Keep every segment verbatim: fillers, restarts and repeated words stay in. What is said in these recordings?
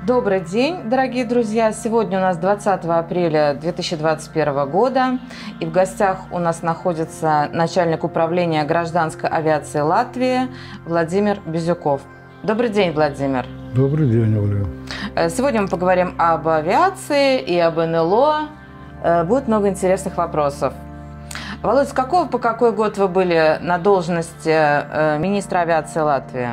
Добрый день, дорогие друзья! Сегодня у нас двадцатое апреля две тысячи двадцать первого года, и в гостях у нас находится начальник управления гражданской авиации Латвии Владимир Безюков. Добрый день, Владимир! Добрый день, Оля! Сегодня мы поговорим об авиации и об эн эл о. Будет много интересных вопросов. Володь, с какого по какой год вы были на должности министра авиации Латвии?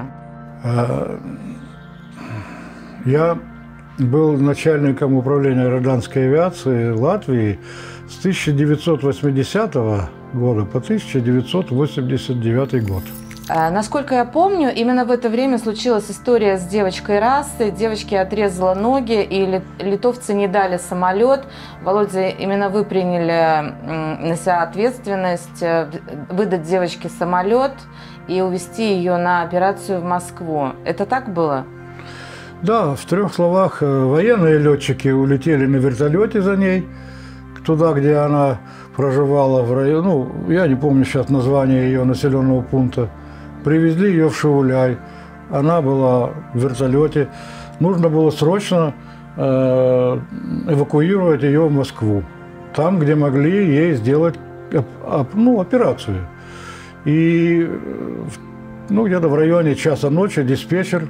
Я был начальником управления гражданской авиации Латвии с тысяча девятьсот восьмидесятого года по тысяча девятьсот восемьдесят девятый год. Насколько я помню, именно в это время случилась история с девочкой расы. Девочке отрезала ноги, и литовцы не дали самолет. Володя, именно вы приняли на себя ответственность выдать девочке самолет и увезти ее на операцию в Москву. Это так было? Да, в трех словах, военные летчики улетели на вертолете за ней, туда, где она проживала, в районе, ну, я не помню сейчас название ее населенного пункта, привезли ее в Шауляй, она была в вертолете, нужно было срочно э, эвакуировать ее в Москву, там, где могли ей сделать ну, операцию. И ну, где-то в районе часа ночи диспетчер,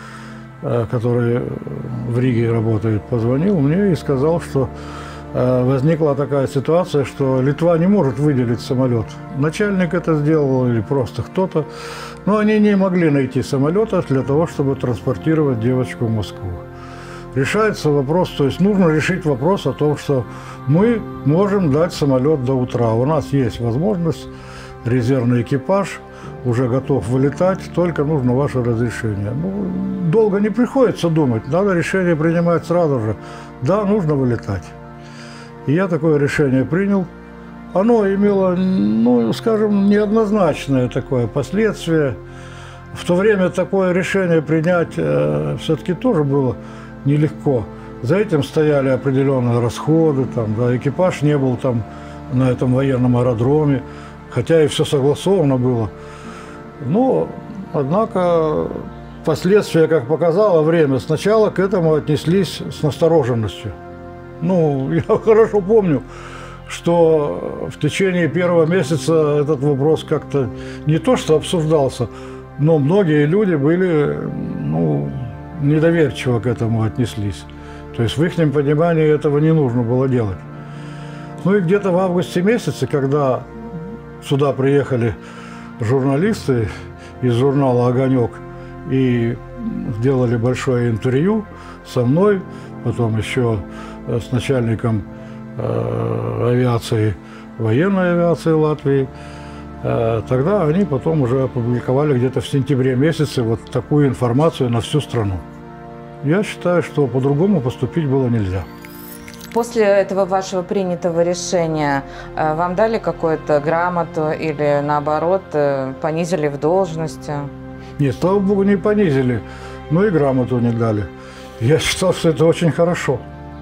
который в Риге работает, позвонил мне и сказал, что возникла такая ситуация, что Литва не может выделить самолет. Начальник это сделал или просто кто-то, но они не могли найти самолета для того, чтобы транспортировать девочку в Москву. Решается вопрос, то есть нужно решить вопрос о том, что мы можем дать самолет до утра. У нас есть возможность, резервный экипаж уже готов вылетать, только нужно ваше разрешение. Ну, долго не приходится думать, надо решение принимать сразу же. Да, нужно вылетать. И я такое решение принял. Оно имело, ну, скажем, неоднозначное такое последствие. В то время такое решение принять э, все-таки тоже было нелегко. За этим стояли определенные расходы, там, да, экипаж не был там на этом военном аэродроме, хотя и все согласовано было. Но, однако, последствия, как показало время, сначала к этому отнеслись с настороженностью. Ну, я хорошо помню, что в течение первого месяца этот вопрос как-то не то что обсуждался, но многие люди были, ну, недоверчиво к этому отнеслись. То есть в их понимании этого не нужно было делать. Ну и где-то в августе месяце, когда сюда приехали журналисты из журнала «Огонек» и сделали большое интервью со мной, потом еще с начальником э, авиации, военной авиации Латвии. Э, тогда они потом уже опубликовали где-то в сентябре месяце вот такую информацию на всю страну. Я считаю, что по-другому поступить было нельзя. После этого вашего принятого решения вам дали какую-то грамоту или, наоборот, понизили в должности? Нет, слава богу, не понизили, но и грамоту не дали. Я считал, что это очень хорошо.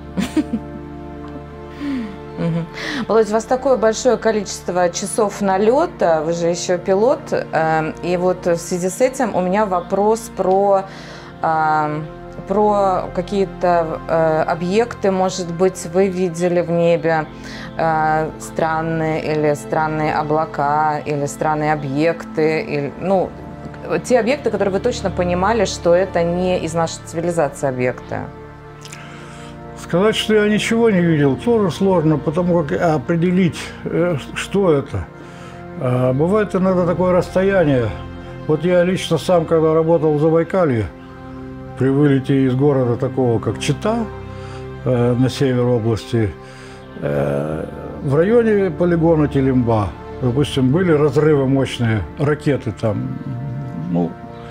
Володь, у вас такое большое количество часов налета, вы же еще пилот, и вот в связи с этим у меня вопрос про... про какие-то э, объекты, может быть, вы видели в небе э, странные или странные облака, или странные объекты, или, ну, те объекты, которые вы точно понимали, что это не из нашей цивилизации объекты. Сказать, что я ничего не видел, тоже сложно, потому как определить, э, что это. Э, бывает иногда такое расстояние. Вот я лично сам, когда работал в Забайкалье, при вылете из города такого, как Чита, э, на север области, э, в районе полигона Телимба, допустим, были разрывы мощные, ракеты там. Ну,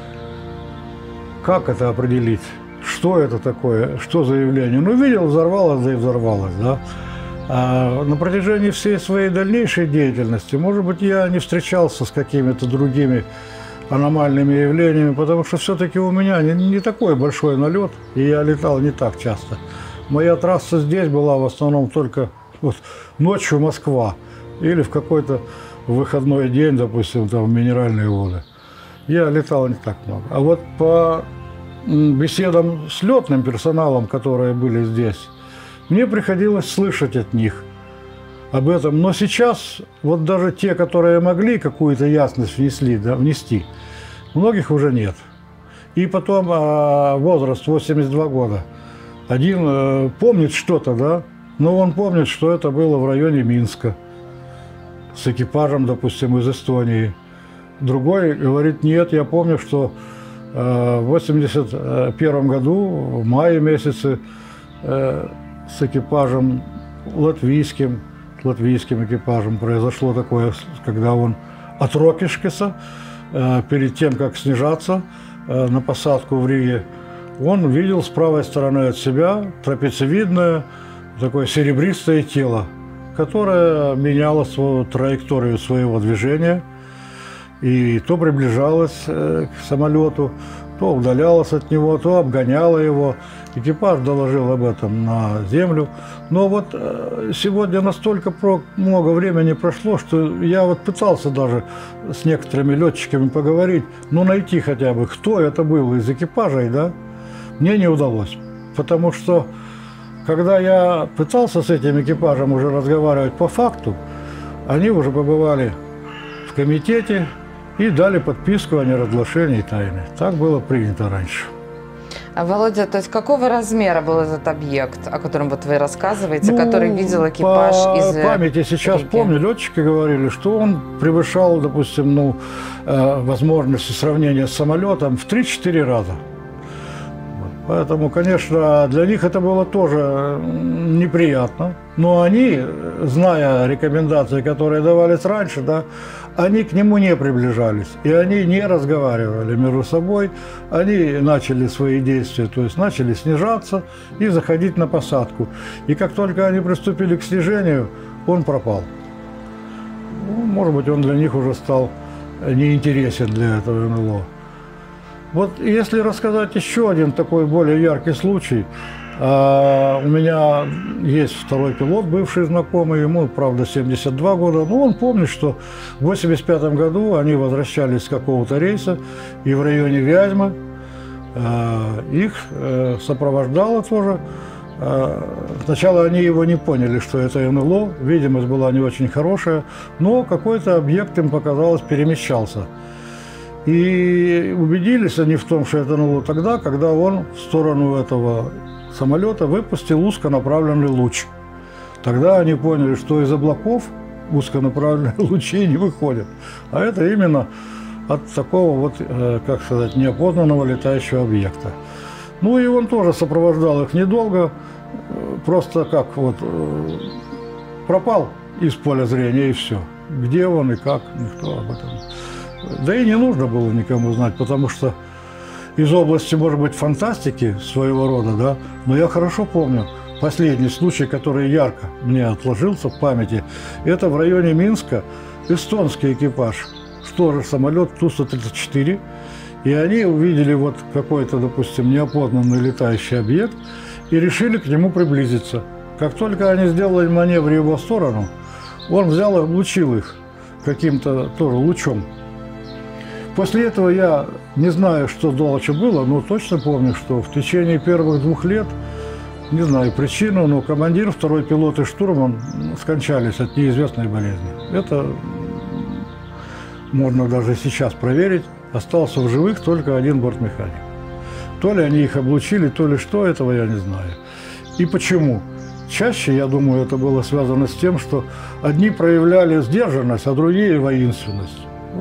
как это определить? Что это такое? Что за явление? Ну, видел, взорвалось, да и взорвалось, да. А на протяжении всей своей дальнейшей деятельности, может быть, я не встречался с какими-то другими аномальными явлениями, потому что все-таки у меня не, не такой большой налет, и я летал не так часто. Моя трасса здесь была в основном только вот, ночью Москва или в какой-то выходной день, допустим, там в Минеральные воды. Я летал не так много. А вот по беседам с летным персоналом, которые были здесь, мне приходилось слышать от них об этом. Но сейчас вот даже те, которые могли какую-то ясность внесли, да, внести, многих уже нет. И потом а, возраст восемьдесят два года. Один а, помнит что-то, да, но он помнит, что это было в районе Минска с экипажем, допустим, из Эстонии. Другой говорит, нет, я помню, что а, в восемьдесят первом году, в мае месяце, а, с экипажем латвийским, латвийским экипажем произошло такое, когда он от Рокишкеса, а, перед тем, как снижаться на посадку в Риге, он видел с правой стороны от себя трапециевидное, такое серебристое тело, которое меняло свою траекторию своего движения и то приближалось к самолету, то удалялось от него, то обгоняло его. Экипаж доложил об этом на землю. Но вот сегодня настолько много времени прошло, что я вот пытался даже с некоторыми летчиками поговорить, ну найти хотя бы, кто это был из экипажей, да, мне не удалось. Потому что, когда я пытался с этим экипажем уже разговаривать по факту, они уже побывали в комитете и дали подписку о неразглашении тайны. Так было принято раньше. А, Володя, то есть какого размера был этот объект, о котором вот вы рассказываете, ну, который видел экипаж по из памяти сейчас Риги? Помню, летчики говорили, что он превышал, допустим, ну, возможности сравнения с самолетом в три-четыре раза. Поэтому, конечно, для них это было тоже неприятно. Но они, зная рекомендации, которые давались раньше, да, они к нему не приближались. И они не разговаривали между собой. Они начали свои действия, то есть начали снижаться и заходить на посадку. И как только они приступили к снижению, он пропал. Ну, может быть, он для них уже стал неинтересен для этого эн эл о. Вот если рассказать еще один такой более яркий случай, а, у меня есть второй пилот, бывший знакомый, ему, правда, семьдесят два года, но он помнит, что в восемьдесят пятом году они возвращались с какого-то рейса, и в районе Вязьмы а, их а, сопровождало тоже. А, сначала они его не поняли, что это эн эл о, видимость была не очень хорошая, но какой-то объект им показалось перемещался. И убедились они в том, что это эн эл о тогда, когда он в сторону этого самолета выпустил узконаправленный луч. Тогда они поняли, что из облаков узконаправленные лучи не выходят. А это именно от такого вот, как сказать, неопознанного летающего объекта. Ну и он тоже сопровождал их недолго, просто как вот пропал из поля зрения и все. Где он и как, никто об этом. Да и не нужно было никому знать, потому что из области, может быть, фантастики своего рода, да, но я хорошо помню последний случай, который ярко мне отложился в памяти. Это в районе Минска эстонский экипаж, что же самолет Ту сто тридцать четыре, и они увидели вот какой-то, допустим, неопознанный летающий объект и решили к нему приблизиться. Как только они сделали маневр в его сторону, он взял и облучил их каким-то тоже лучом. После этого я не знаю, что дальше было, но точно помню, что в течение первых двух лет, не знаю причину, но командир, второй пилот и штурман скончались от неизвестной болезни. Это можно даже сейчас проверить. Остался в живых только один бортмеханик. То ли они их облучили, то ли что, этого я не знаю. И почему? Чаще, я думаю, это было связано с тем, что одни проявляли сдержанность, а другие – воинственность.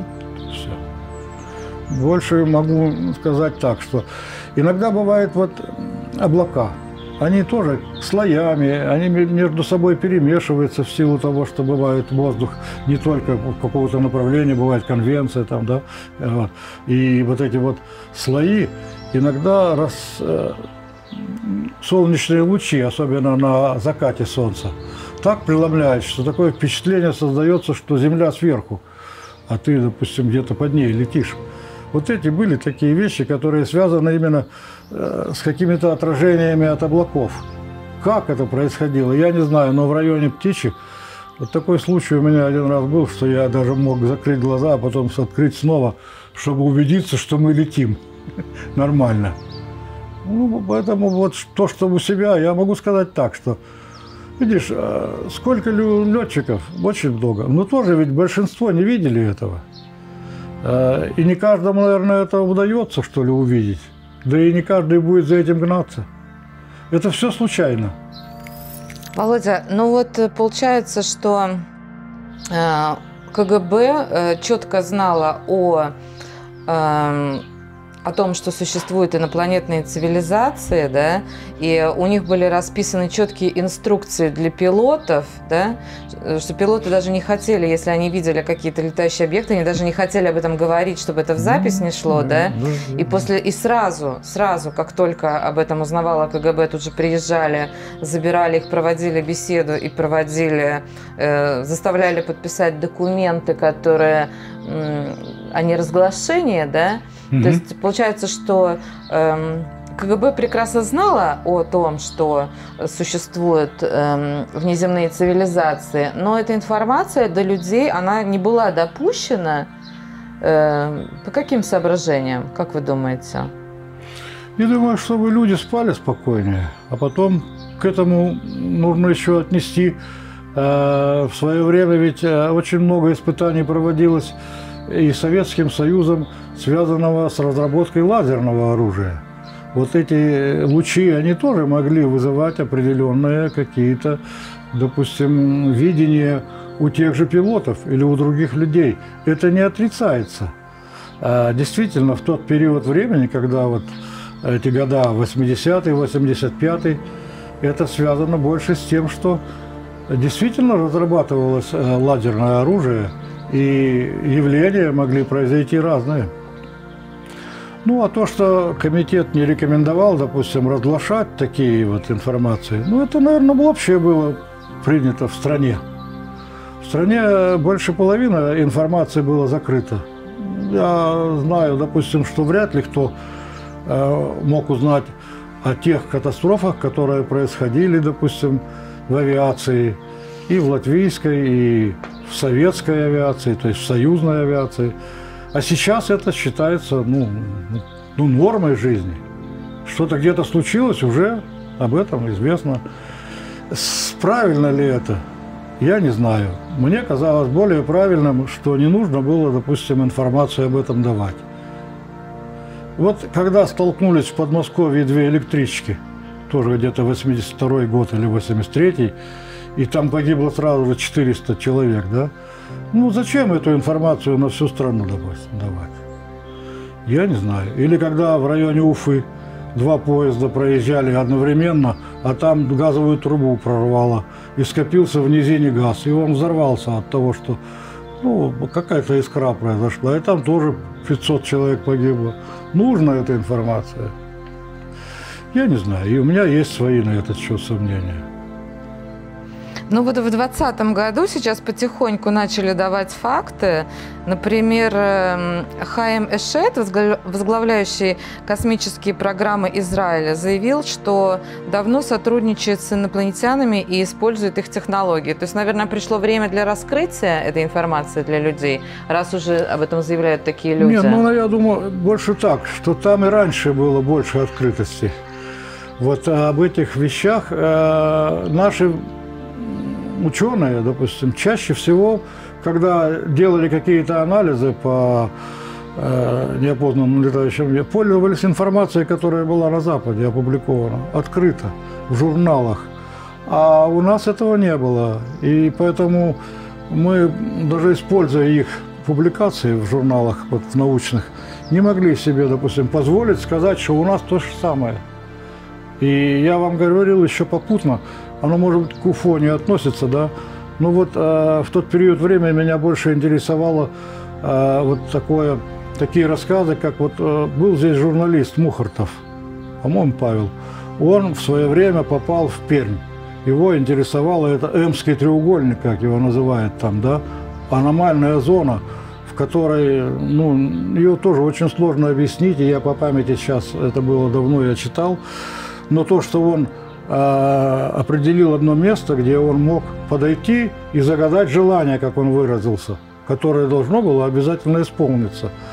Больше могу сказать так, что иногда бывают вот облака, они тоже слоями, они между собой перемешиваются в силу того, что бывает воздух не только какого-то направления, бывает конвенция там, да, вот. И вот эти вот слои иногда раз, солнечные лучи, особенно на закате солнца, так преломляют, что такое впечатление создается, что Земля сверху, а ты, допустим, где-то под ней летишь. Вот эти были такие вещи, которые связаны именно э, с какими-то отражениями от облаков. Как это происходило, я не знаю, но в районе Птичьих вот такой случай у меня один раз был, что я даже мог закрыть глаза, а потом открыть снова, чтобы убедиться, что мы летим нормально. Ну, поэтому вот то, что у себя, я могу сказать так, что, видишь, сколько летчиков, очень много, но тоже ведь большинство не видели этого. И не каждому, наверное, это удается, что ли, увидеть. Да и не каждый будет за этим гнаться. Это все случайно. Володя, ну вот получается, что э, КГБ э, четко знала о, э, о том, что существуют инопланетные цивилизации, да, и у них были расписаны четкие инструкции для пилотов, да, что пилоты даже не хотели, если они видели какие-то летающие объекты, они даже не хотели об этом говорить, чтобы это в запись не шло, да, и после, и сразу, сразу, как только об этом узнавала КГБ, тут же приезжали, забирали их, проводили беседу и проводили, э, заставляли подписать документы, которые э, о неразглашении, да. Mm-hmm. То есть получается, что эм, КГБ прекрасно знала о том, что существуют эм, внеземные цивилизации, но эта информация до людей, она не была допущена. Э, по каким соображениям, как вы думаете? Я думаю, чтобы люди спали спокойнее, а потом к этому нужно еще отнести. Э, в свое время ведь очень много испытаний проводилось и Советским Союзом, связанного с разработкой лазерного оружия. Вот эти лучи, они тоже могли вызывать определенные какие-то, допустим, видения у тех же пилотов или у других людей. Это не отрицается. А действительно, в тот период времени, когда вот эти года восьмидесятый, восемьдесят пятый, это связано больше с тем, что действительно разрабатывалось лазерное оружие, и явления могли произойти разные. Ну, а то, что комитет не рекомендовал, допустим, разглашать такие вот информации, ну, это, наверное, общее было принято в стране. В стране больше половины информации было закрыто. Я знаю, допустим, что вряд ли кто э, мог узнать о тех катастрофах, которые происходили, допустим, в авиации, и в латвийской, и в советской авиации, то есть в союзной авиации. А сейчас это считается, ну, ну, нормой жизни. Что-то где-то случилось, уже об этом известно. Правильно ли это? Я не знаю. Мне казалось более правильным, что не нужно было, допустим, информацию об этом давать. Вот когда столкнулись в Подмосковье две электрички, тоже где-то восемьдесят второй год или восемьдесят третий, и там погибло сразу же четыреста человек, да? Ну, зачем эту информацию на всю страну, допустим, давать? Я не знаю. Или когда в районе Уфы два поезда проезжали одновременно, а там газовую трубу прорвало, и скопился в низине газ, и он взорвался от того, что, ну, какая-то искра произошла, и там тоже пятьсот человек погибло. Нужна эта информация? Я не знаю. И у меня есть свои на этот счет сомнения. Ну вот в двадцатом году сейчас потихоньку начали давать факты. Например, Хаим Эшет, возглавляющий космические программы Израиля, заявил, что давно сотрудничает с инопланетянами и использует их технологии. То есть, наверное, пришло время для раскрытия этой информации для людей, раз уже об этом заявляют такие люди. Нет, ну я думаю, больше так, что там и раньше было больше открытости. Вот об этих вещах э, наши ученые, допустим, чаще всего, когда делали какие-то анализы по э, неопознанным летающим, пользовались информацией, которая была на Западе опубликована, открыто, в журналах. А у нас этого не было. И поэтому мы, даже используя их публикации в журналах вот, научных, не могли себе, допустим, позволить сказать, что у нас то же самое. И я вам говорил еще попутно, оно, может быть, к УФО не относится, да, но вот э, в тот период времени меня больше интересовало э, вот такое, такие рассказы, как вот э, был здесь журналист Мухартов, по-моему, Павел, он в свое время попал в Пермь, его интересовало это Эмский треугольник, как его называют там, да, аномальная зона, в которой, ну, ее тоже очень сложно объяснить, и я по памяти сейчас, это было давно, я читал, но то, что он определил одно место, где он мог подойти и загадать желание, как он выразился, которое должно было обязательно исполниться.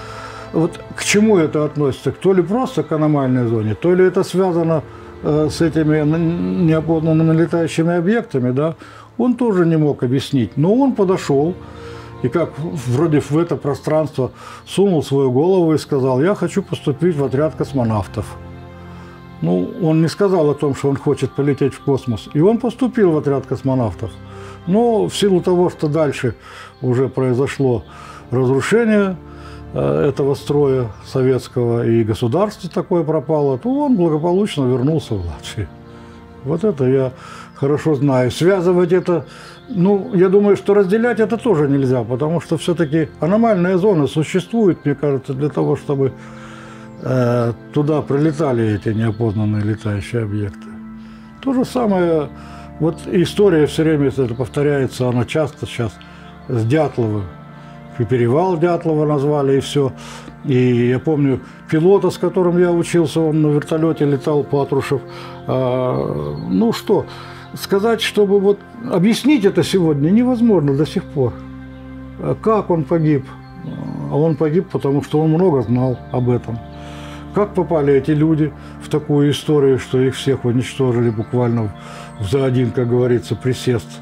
вот к чему это относится? То ли просто к аномальной зоне, то ли это связано э, с этими неопознанными летающими объектами, да? Он тоже не мог объяснить. Но он подошел и как вроде в это пространство сунул свою голову и сказал: я хочу поступить в отряд космонавтов. Ну, он не сказал о том, что он хочет полететь в космос. И он поступил в отряд космонавтов. Но в силу того, что дальше уже произошло разрушение этого строя советского и государство такое пропало, то он благополучно вернулся в Латвию. Вот это я хорошо знаю. Связывать это, ну, я думаю, что разделять это тоже нельзя, потому что все-таки аномальная зона существует, мне кажется, для того, чтобы э, туда прилетали эти неопознанные летающие объекты. То же самое, вот история все время это повторяется, она часто сейчас с Дятловым. И перевал Дятлова назвали, и все. И я помню пилота, с которым я учился, он на вертолете летал, Патрушев. А, ну что, сказать, чтобы вот объяснить это сегодня невозможно до сих пор. Как он погиб? А он погиб, потому что он много знал об этом. Как попали эти люди в такую историю, что их всех уничтожили буквально за один, как говорится, присест.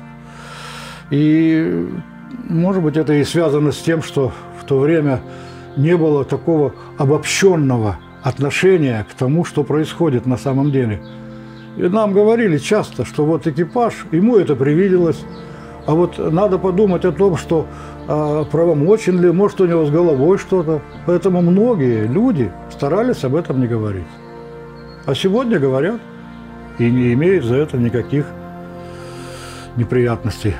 И может быть, это и связано с тем, что в то время не было такого обобщенного отношения к тому, что происходит на самом деле. И нам говорили часто, что вот экипаж, ему это привиделось, а вот надо подумать о том, что а, правомочен ли, может, у него с головой что-то. Поэтому многие люди старались об этом не говорить. А сегодня говорят и не имеют за это никаких неприятностей.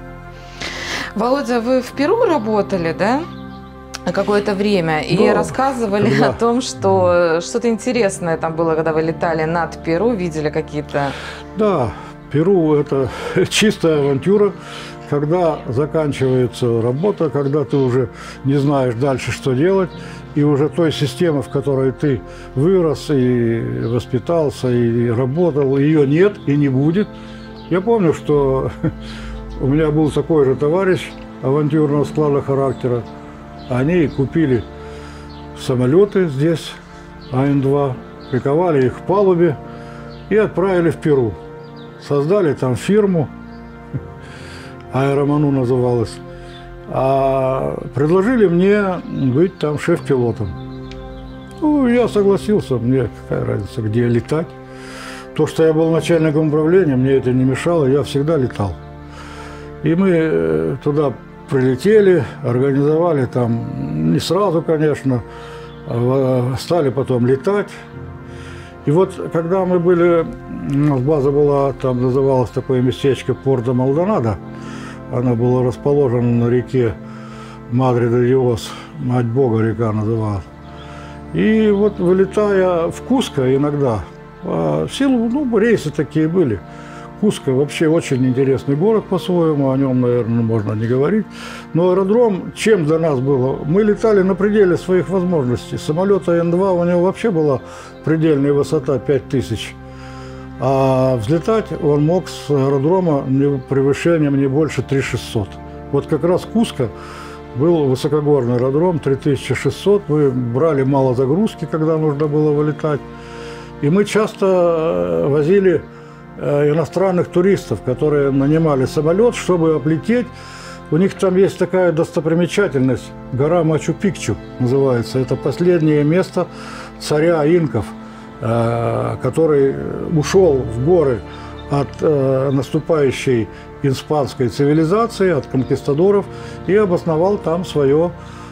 Володя, вы в Перу работали, да, какое-то время, и да, рассказывали когда... о том, что что-то интересное там было, когда вы летали над Перу, видели какие-то... Да, Перу – это чистая авантюра, когда заканчивается работа, когда ты уже не знаешь дальше, что делать, и уже той системы, в которой ты вырос и воспитался, и работал, ее нет и не будет. Я помню, что... У меня был такой же товарищ авантюрного склада характера. Они купили самолеты здесь, А Н два, приковали их к палубе и отправили в Перу. Создали там фирму, Аэроману называлась, а предложили мне быть там шеф-пилотом. Ну, я согласился, мне какая разница, где летать. То, что я был начальником управления, мне это не мешало, я всегда летал. И мы туда прилетели, организовали там, не сразу, конечно, стали потом летать. И вот когда мы были, у нас база была, там называлось такое местечко Порто-Малдонадо, она была расположена на реке Мадре-де-Диос, Мать Бога река называлась. И вот вылетая в Куско иногда, в силу, ну, рейсы такие были, Куско вообще очень интересный город по-своему, о нем, наверное, можно не говорить. Но аэродром, чем для нас было? Мы летали на пределе своих возможностей. Самолет А Н два, у него вообще была предельная высота пять тысяч. А взлетать он мог с аэродрома превышением не больше три тысячи шестьсот. Вот как раз Куско был высокогорный аэродром, три тысячи шестьсот. Мы брали мало загрузки, когда нужно было вылетать. И мы часто возили иностранных туристов, которые нанимали самолет, чтобы облететь. У них там есть такая достопримечательность, гора Мачу-Пикчу называется. Это последнее место царя инков, который ушел в горы от наступающей испанской цивилизации, от конкистадоров, и обосновал там свое,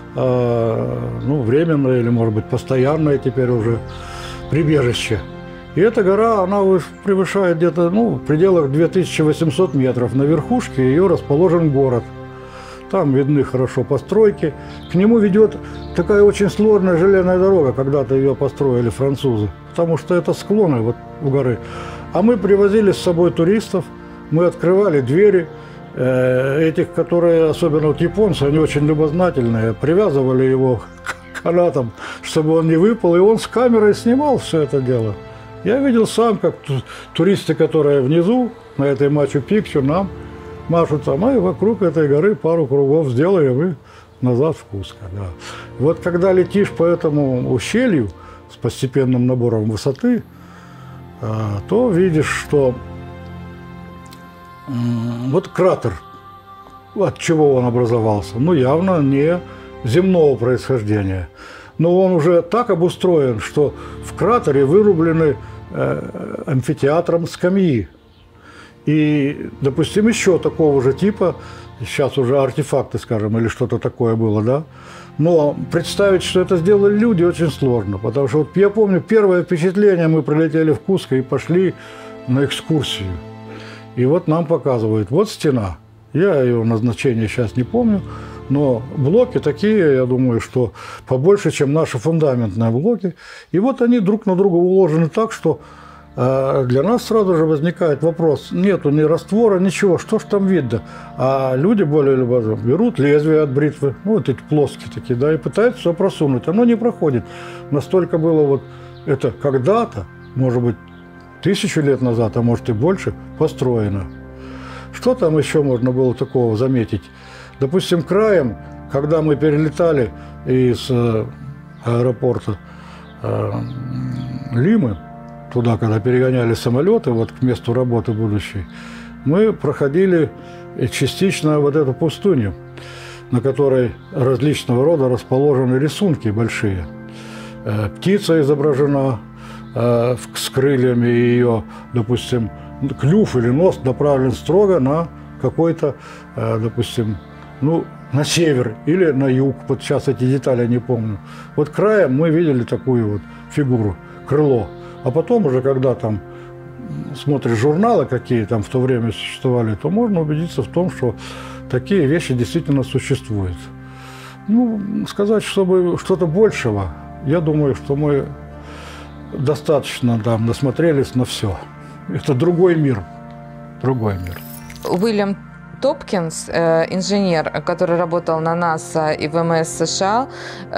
ну, временное или, может быть, постоянное теперь уже прибежище. И эта гора, она превышает где-то, ну, в пределах две тысячи восемьсот метров. На верхушке ее расположен город. Там видны хорошо постройки. К нему ведет такая очень сложная железная дорога. Когда-то ее построили французы. Потому что это склоны вот у горы. А мы привозили с собой туристов. Мы открывали двери. Этих, которые, особенно вот японцы, они очень любознательные. Привязывали его к канатам, чтобы он не выпал. И он с камерой снимал все это дело. Я видел сам, как туристы, которые внизу, на этой Мачу-Пикчу, нам машут там, и вокруг этой горы пару кругов сделаем, и назад в Куско, да. Вот когда летишь по этому ущелью с постепенным набором высоты, то видишь, что вот кратер, от чего он образовался, ну, явно не земного происхождения. Но он уже так обустроен, что в кратере вырублены э, амфитеатром скамьи. И, допустим, еще такого же типа, сейчас уже артефакты, скажем, или что-то такое было, да. Но представить, что это сделали люди, очень сложно. Потому что вот я помню, первое впечатление, мы прилетели в Куско и пошли на экскурсию. И вот нам показывают, вот стена. Я ее назначение сейчас не помню. Но блоки такие, я думаю, что побольше, чем наши фундаментные блоки. И вот они друг на друга уложены так, что э, для нас сразу же возникает вопрос. Нету ни раствора, ничего, что ж там видно? А люди более любопытно берут лезвие от бритвы, ну, вот эти плоские такие, да, и пытаются все просунуть. Оно не проходит. Настолько было вот это когда-то, может быть, тысячу лет назад, а может и больше, построено. Что там еще можно было такого заметить? Допустим, краем, когда мы перелетали из аэропорта э, Лимы, туда, когда перегоняли самолеты, вот к месту работы будущей, мы проходили частично вот эту пустыню, на которой различного рода расположены рисунки большие. Э, птица изображена э, с крыльями, и ее, допустим, клюв или нос направлен строго на какой-то, э, допустим, ну, на север или на юг, вот сейчас эти детали я не помню. Вот краем мы видели такую вот фигуру, крыло. А потом уже, когда там смотришь журналы, какие там в то время существовали, то можно убедиться в том, что такие вещи действительно существуют. Ну, сказать, чтобы что-то большего, я думаю, что мы достаточно там насмотрелись на все. Это другой мир, другой мир. Уильям Топкинс, инженер, который работал на НАСА и ВМС США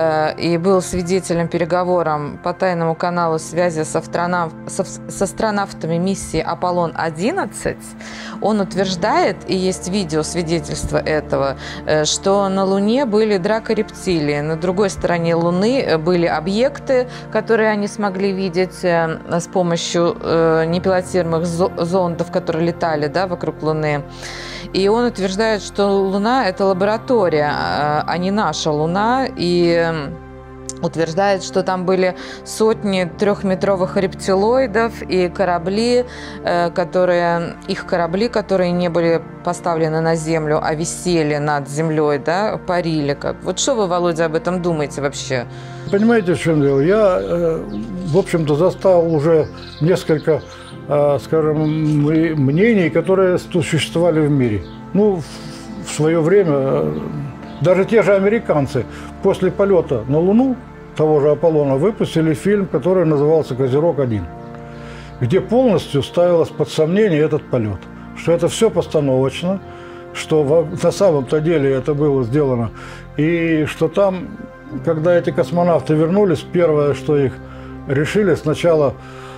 и был свидетелем переговорам по тайному каналу связи с, астронав... с астронавтами миссии Аполлон одиннадцать, он утверждает, и есть видео свидетельства этого, что на Луне были дракорептилии, на другой стороне Луны были объекты, которые они смогли видеть с помощью непилотируемых зондов, которые летали, да, вокруг Луны. И он утверждает, что Луна – это лаборатория, а не наша Луна, и утверждает, что там были сотни трехметровых рептилоидов и корабли, которые, их корабли, которые не были поставлены на Землю, а висели над Землей, да, парили. Как. Вот что вы, Володя, об этом думаете вообще? Понимаете, в чем дело? Я, в общем-то, застал уже несколько, скажем, мнений, которые существовали в мире. Ну, в свое время даже те же американцы после полета на Луну, того же Аполлона, выпустили фильм, который назывался «Козерог один», где полностью ставилось под сомнение этот полет, что это все постановочно, что на самом-то деле это было сделано, и что там, когда эти космонавты вернулись, первое, что их решили сначала,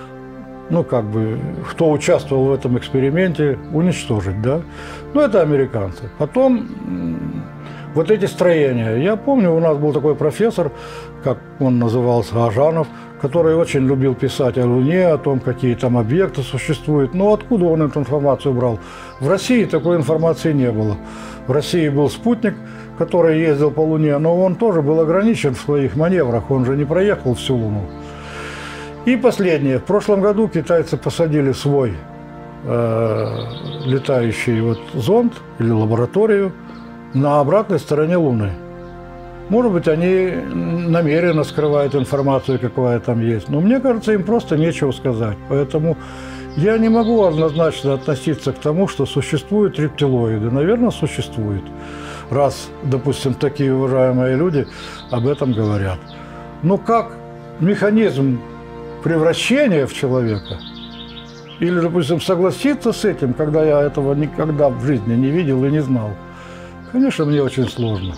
ну, как бы, кто участвовал в этом эксперименте, уничтожить, да. Ну, это американцы. Потом вот эти строения. Я помню, у нас был такой профессор, как он назывался, Ажанов, который очень любил писать о Луне, о том, какие там объекты существуют. Но откуда он эту информацию брал? В России такой информации не было. В России был спутник, который ездил по Луне, но он тоже был ограничен в своих маневрах, он же не проехал всю Луну. И последнее. В прошлом году китайцы посадили свой э, летающий вот зонд или лабораторию на обратной стороне Луны. Может быть, они намеренно скрывают информацию, какая там есть. Но мне кажется, им просто нечего сказать. Поэтому я не могу однозначно относиться к тому, что существуют рептилоиды. Наверное, существуют. Раз, допустим, такие уважаемые люди об этом говорят. Но как механизм превращения в человека, или, допустим, согласиться с этим, когда я этого никогда в жизни не видел и не знал, конечно, мне очень сложно.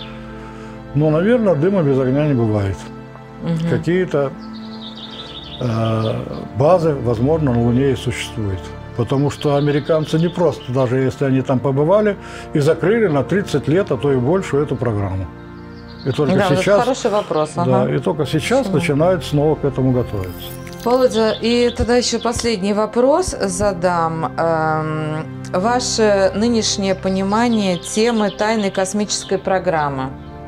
Но, наверное, дыма без огня не бывает. Угу. Какие-то э, базы, возможно, на Луне и существуют. Потому что американцы не просто, даже если они там побывали, и закрыли на тридцать лет, а то и больше эту программу. И только да, сейчас, это хороший вопрос. Да, ага. и только сейчас Почему? начинают снова к этому готовиться. Володя, и тогда еще последний вопрос задам. Эм, ваше нынешнее понимание темы тайной космической программы?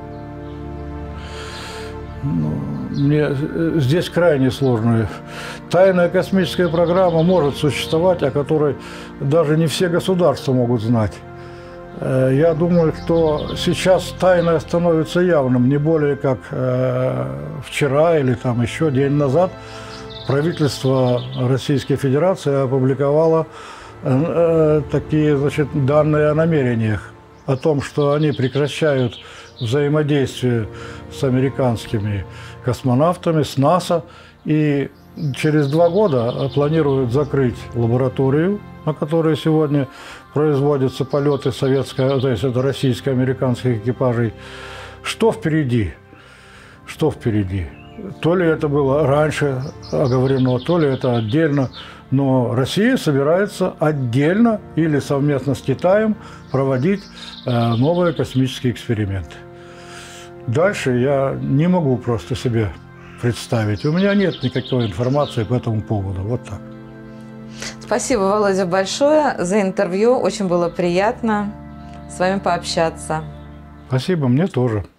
Ну, мне здесь крайне сложно. Тайная космическая программа может существовать, о которой даже не все государства могут знать. Я думаю, что сейчас тайное становится явным, не более как э, вчера или там еще день назад правительство Российской Федерации опубликовало э, такие, значит, данные о намерениях, о том, что они прекращают взаимодействие с американскими космонавтами, с НАСА, и через два года планируют закрыть лабораторию, на которой сегодня производятся полеты советско, то есть это российско-американских экипажей. Что впереди? Что впереди? То ли это было раньше оговорено, то ли это отдельно, но Россия собирается отдельно или совместно с Китаем проводить новые космические эксперименты. Дальше я не могу просто себе представить. У меня нет никакой информации по этому поводу. Вот так. Спасибо, Володя, большое за интервью. Очень было приятно с вами пообщаться. Спасибо, мне тоже.